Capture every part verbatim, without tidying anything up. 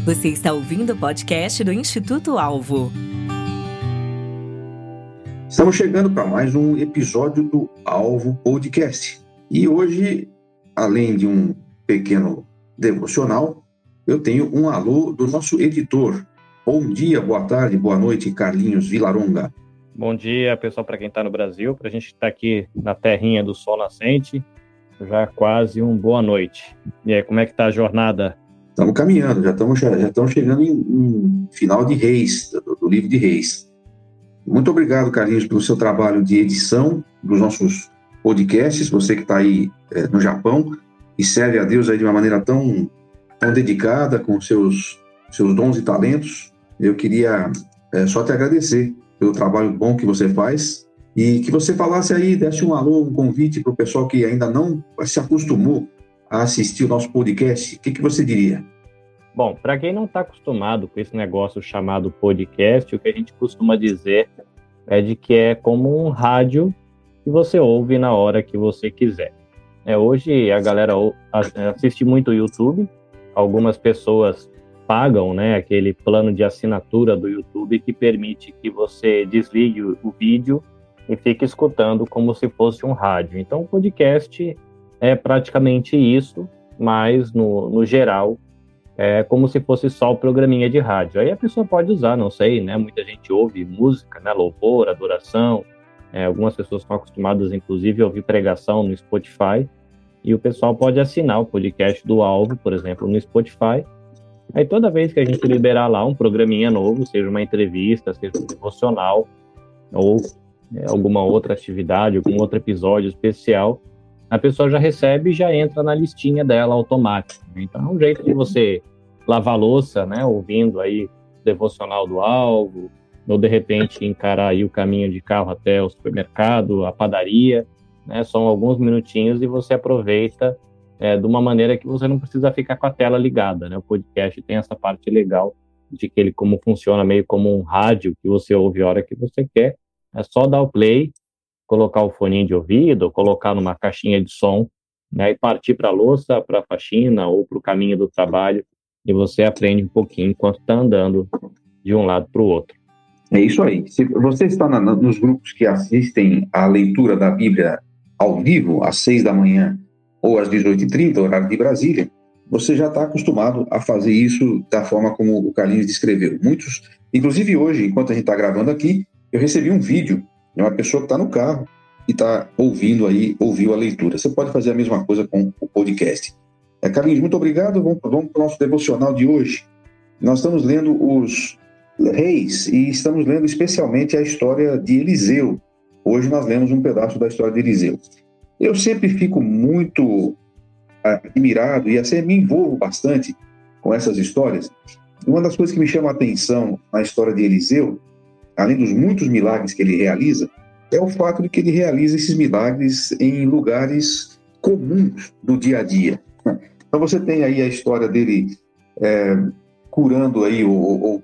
Você está ouvindo o podcast do Instituto Alvo. Estamos chegando para mais um episódio do Alvo Podcast. E hoje, além de um pequeno devocional, eu tenho um alô do nosso editor. Bom dia, boa tarde, boa noite, Carlinhos Vilaronga. Bom dia, pessoal, para quem está no Brasil, para a gente estar tá aqui na terrinha do sol nascente, já quase um boa noite. E aí, como é que está a jornada? Estamos caminhando, já estamos, já estamos chegando em, em final de Reis, do, do livro de Reis. Muito obrigado, Carlinhos, pelo seu trabalho de edição dos nossos podcasts, você que está aí é, no Japão e serve a Deus aí de uma maneira tão, tão dedicada, com seus, seus dons e talentos. Eu queria é, só te agradecer pelo trabalho bom que você faz e que você falasse aí, desse um alô, um convite para o pessoal que ainda não se acostumou a assistir o nosso podcast. O que, que você diria? Bom, para quem não está acostumado com esse negócio chamado podcast, o que a gente costuma dizer é de que é como um rádio que você ouve na hora que você quiser. É, hoje a galera assiste muito o YouTube, algumas pessoas pagam, né, aquele plano de assinatura do YouTube que permite que você desligue o, o vídeo e fique escutando como se fosse um rádio. Então, o podcast é praticamente isso, mas no, no geral é como se fosse só o programinha de rádio. Aí a pessoa pode usar, não sei, né? Muita gente ouve música, né? Louvor, adoração. É, algumas pessoas estão acostumadas, inclusive, a ouvir pregação no Spotify. E o pessoal pode assinar o podcast do Alvo, por exemplo, no Spotify. Aí toda vez que a gente liberar lá um programinha novo, seja uma entrevista, seja um devocional, ou é, alguma outra atividade, algum outro episódio especial, a pessoa já recebe e já entra na listinha dela automática. Então é um jeito de você lavar a louça, né, ouvindo aí o devocional do Alvo, ou de repente encarar aí o caminho de carro até o supermercado, a padaria, né, são alguns minutinhos e você aproveita é, de uma maneira que você não precisa ficar com a tela ligada, né? O podcast tem essa parte legal de que ele como funciona meio como um rádio que você ouve a hora que você quer, é só dar o play, colocar o foninho de ouvido, colocar numa caixinha de som, né, e partir para a louça, para a faxina ou para o caminho do trabalho, e você aprende um pouquinho enquanto está andando de um lado para o outro. É isso aí. Se você está na, nos grupos que assistem à leitura da Bíblia ao vivo, às seis da manhã ou às dezoito e trinta, horário de Brasília, você já está acostumado a fazer isso da forma como o Carlinhos descreveu. Muitos, inclusive hoje, enquanto a gente está gravando aqui, eu recebi um vídeo de uma pessoa que está no carro e está ouvindo aí, ouviu a leitura. Você pode fazer a mesma coisa com o podcast. É, Carlinhos, muito obrigado. Vamos, vamos para o nosso devocional de hoje. Nós estamos lendo os Reis e estamos lendo especialmente a história de Eliseu. Hoje nós lemos um pedaço da história de Eliseu. Eu sempre fico muito admirado e assim me envolvo bastante com essas histórias. Uma das coisas que me chama a atenção na história de Eliseu, além dos muitos milagres que ele realiza, é o fato de que ele realiza esses milagres em lugares comuns do dia a dia. Então você tem aí a história dele é, curando aí, ou, ou, ou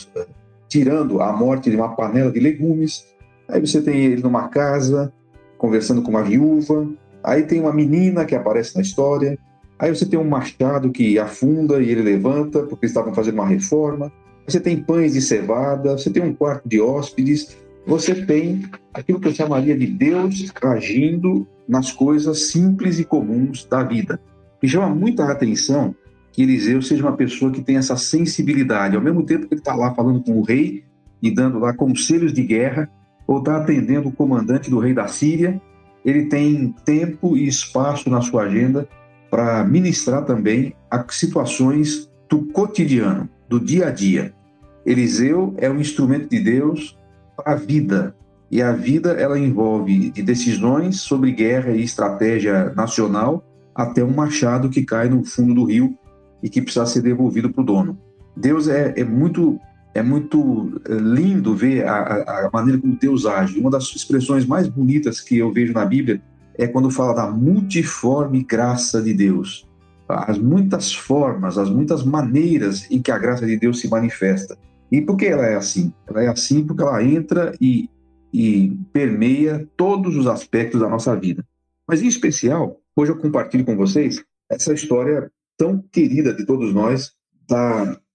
tirando a morte de uma panela de legumes. Aí você tem ele numa casa, conversando com uma viúva. Aí tem uma menina que aparece na história. Aí você tem um machado que afunda e ele levanta, porque eles estavam fazendo uma reforma. Você tem pães de cevada, você tem um quarto de hóspedes, você tem aquilo que eu chamaria de Deus agindo nas coisas simples e comuns da vida. Me chama muita atenção que Eliseu seja uma pessoa que tem essa sensibilidade, ao mesmo tempo que ele está lá falando com o rei e dando lá conselhos de guerra, ou está atendendo o comandante do rei da Síria, ele tem tempo e espaço na sua agenda para ministrar também a situações do cotidiano, do dia a dia. Eliseu é um instrumento de Deus para a vida, e a vida ela envolve de decisões sobre guerra e estratégia nacional até um machado que cai no fundo do rio e que precisa ser devolvido para o dono. Deus é, é muito, é muito lindo ver a, a maneira como Deus age. Uma das expressões mais bonitas que eu vejo na Bíblia é quando fala da multiforme graça de Deus. As muitas formas, as muitas maneiras em que a graça de Deus se manifesta. E por que ela é assim? Ela é assim porque ela entra e, e permeia todos os aspectos da nossa vida. Mas, em especial, hoje eu compartilho com vocês essa história tão querida de todos nós, da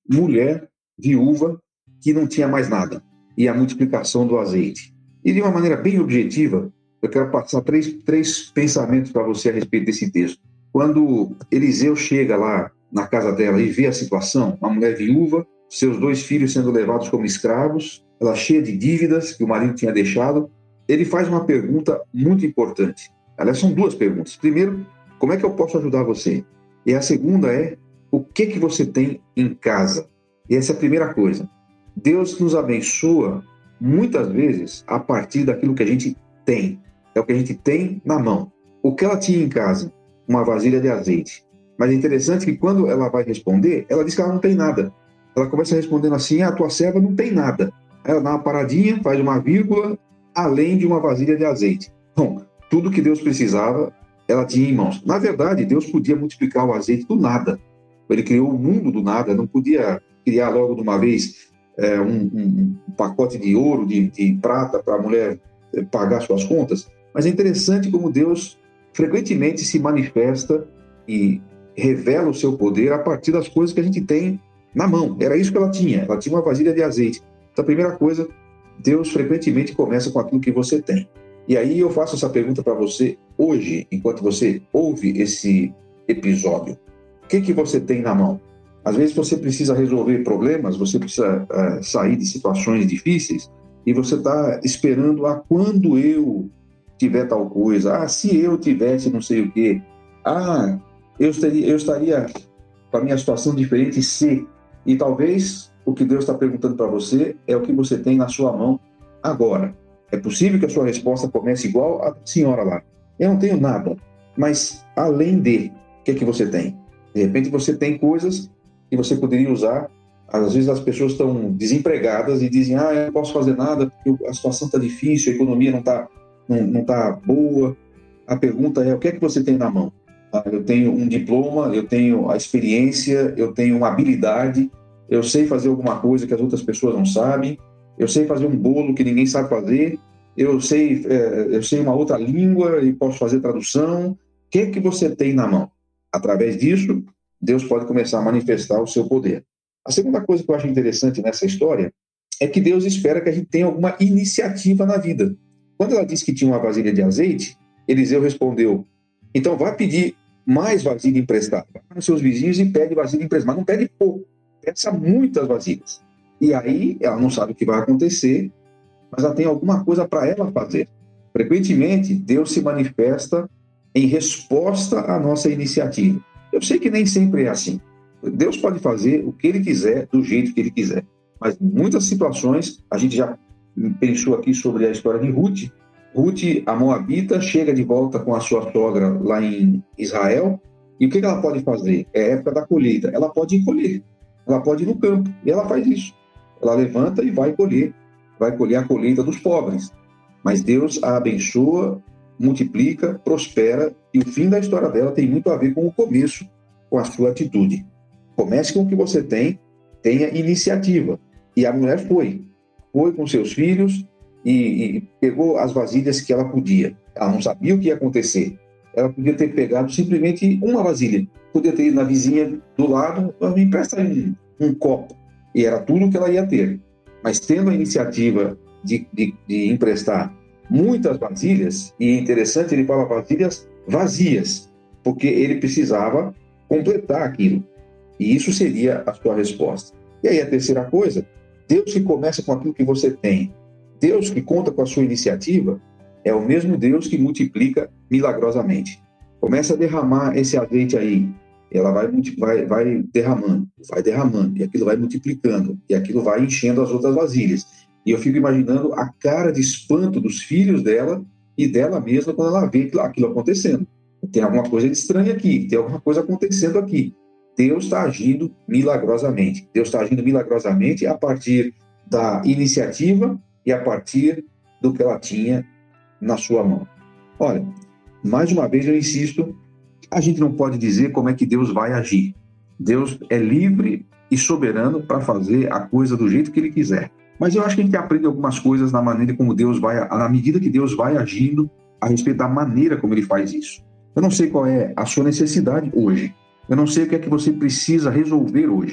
mulher viúva que não tinha mais nada, e a multiplicação do azeite. E de uma maneira bem objetiva, eu quero passar três, três pensamentos para você a respeito desse texto. Quando Eliseu chega lá na casa dela e vê a situação, uma mulher viúva, seus dois filhos sendo levados como escravos, ela cheia de dívidas que o marido tinha deixado, ele faz uma pergunta muito importante. Aliás, são duas perguntas. Primeiro, como é que eu posso ajudar você? E a segunda é, o que que você tem em casa? E essa é a primeira coisa. Deus nos abençoa muitas vezes a partir daquilo que a gente tem. É o que a gente tem na mão. O que ela tinha em casa? Uma vasilha de azeite. Mas é interessante que quando ela vai responder, ela diz que ela não tem nada. Ela começa respondendo assim, a tua serva não tem nada. Ela dá uma paradinha, faz uma vírgula, além de uma vasilha de azeite. Bom, tudo que Deus precisava, ela tinha em mãos. Na verdade, Deus podia multiplicar o azeite do nada. Ele criou o mundo do nada, não podia criar logo de uma vez é, um, um, um pacote de ouro, de, de prata para a mulher pagar suas contas. Mas é interessante como Deus frequentemente se manifesta e revela o seu poder a partir das coisas que a gente tem na mão. Era isso que ela tinha. Ela tinha uma vasilha de azeite. Então, a primeira coisa, Deus frequentemente começa com aquilo que você tem. E aí eu faço essa pergunta para você hoje, enquanto você ouve esse episódio. O que que você tem na mão? Às vezes você precisa resolver problemas, você precisa uh, sair de situações difíceis e você está esperando, ah, quando eu tiver tal coisa, ah, se eu tivesse não sei o quê, ah, eu estaria, eu estaria com a minha situação diferente se... E talvez o que Deus está perguntando para você é o que você tem na sua mão agora. É possível que a sua resposta comece igual a senhora lá. Eu não tenho nada, mas além de, o que é que você tem? De repente você tem coisas que você poderia usar. Às vezes as pessoas estão desempregadas e dizem, ah, eu não posso fazer nada porque a situação está difícil, a economia não está não, não tá boa. A pergunta é, o que é que você tem na mão? Ah, eu tenho um diploma, eu tenho a experiência, eu tenho uma habilidade, eu sei fazer alguma coisa que as outras pessoas não sabem, eu sei fazer um bolo que ninguém sabe fazer, eu sei, é, eu sei uma outra língua e posso fazer tradução. O que é que você tem na mão? Através disso, Deus pode começar a manifestar o seu poder. A segunda coisa que eu acho interessante nessa história é que Deus espera que a gente tenha alguma iniciativa na vida. Quando ela disse que tinha uma vasilha de azeite, Eliseu respondeu, então vai pedir mais vasilha emprestada. Vai nos seus vizinhos e pede vasilha emprestada, mas não pede pouco, peça muitas vasilhas. E aí ela não sabe o que vai acontecer, mas ela tem alguma coisa para ela fazer. Frequentemente, Deus se manifesta em resposta à nossa iniciativa. Eu sei que nem sempre é assim. Deus pode fazer o que Ele quiser, do jeito que Ele quiser. Mas em muitas situações, a gente já pensou aqui sobre a história de Ruth. Ruth, a moabita, chega de volta com a sua sogra lá em Israel. E o que ela pode fazer? É a época da colheita. Ela pode ir colher. Ela pode ir no campo. E ela faz isso. Ela levanta e vai colher. Vai colher a colheita dos pobres. Mas Deus a abençoa, multiplica, prospera. E o fim da história dela tem muito a ver com o começo, com a sua atitude. Comece com o que você tem, tenha iniciativa. E a mulher foi. Foi com seus filhos e, e pegou as vasilhas que ela podia. Ela não sabia o que ia acontecer. Ela podia ter pegado simplesmente uma vasilha. Podia ter ido na vizinha do lado, me empresta um, um copo. E era tudo que ela ia ter. Mas tendo a iniciativa de, de, de emprestar muitas vasilhas, e é interessante, ele fala vasilhas vazias, porque ele precisava completar aquilo. E isso seria a sua resposta. E aí a terceira coisa, Deus que começa com aquilo que você tem, Deus que conta com a sua iniciativa, é o mesmo Deus que multiplica milagrosamente. Começa a derramar esse azeite aí, ela vai, vai, vai derramando, vai derramando, e aquilo vai multiplicando, e aquilo vai enchendo as outras vasilhas. E eu fico imaginando a cara de espanto dos filhos dela e dela mesma quando ela vê aquilo acontecendo. Tem alguma coisa de estranha aqui, tem alguma coisa acontecendo aqui. Deus está agindo milagrosamente. Deus está agindo milagrosamente a partir da iniciativa e a partir do que ela tinha na sua mão. Olha, mais uma vez eu insisto, a gente não pode dizer como é que Deus vai agir. Deus é livre e soberano para fazer a coisa do jeito que Ele quiser. Mas eu acho que a gente aprende algumas coisas na maneira como Deus vai, na medida que Deus vai agindo a respeito da maneira como Ele faz isso. Eu não sei qual é a sua necessidade hoje. Eu não sei o que é que você precisa resolver hoje.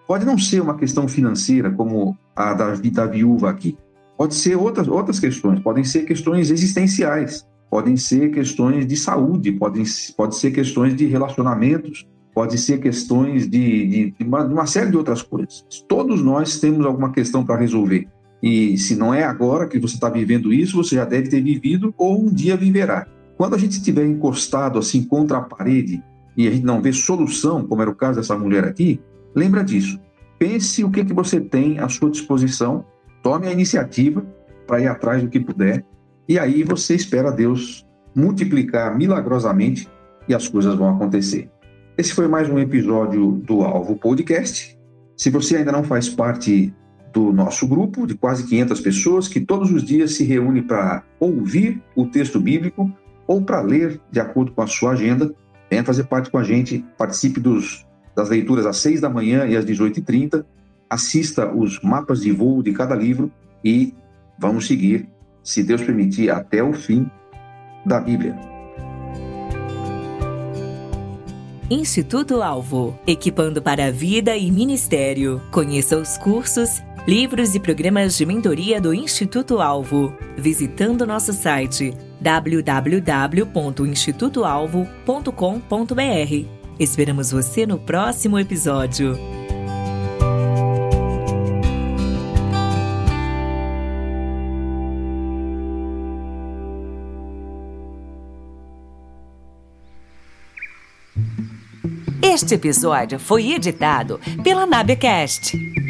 Pode não ser uma questão financeira, como a da, da viúva aqui. Pode ser outras, outras questões, podem ser questões existenciais, podem ser questões de saúde, podem, pode ser questões de relacionamentos, pode ser questões de, de, de, uma, de uma série de outras coisas. Todos nós temos alguma questão para resolver. E se não é agora que você está vivendo isso, você já deve ter vivido ou um dia viverá. Quando a gente estiver encostado assim contra a parede e a gente não vê solução, como era o caso dessa mulher aqui, lembra disso. Pense o que, que você tem à sua disposição, tome a iniciativa para ir atrás do que puder, e aí você espera Deus multiplicar milagrosamente e as coisas vão acontecer. Esse foi mais um episódio do Alvo Podcast. Se você ainda não faz parte do nosso grupo de quase quinhentas pessoas que todos os dias se reúne para ouvir o texto bíblico ou para ler de acordo com a sua agenda, venha fazer parte com a gente, participe dos, das leituras às seis da manhã e às dezoito e trinta, assista os mapas de voo de cada livro e vamos seguir, se Deus permitir, até o fim da Bíblia. Instituto Alvo, equipando para a vida e ministério. Conheça os cursos, livros e programas de mentoria do Instituto Alvo, visitando nosso site w w w ponto instituto alvo ponto com ponto b r. Esperamos você no próximo episódio. Este episódio foi editado pela NabeCast.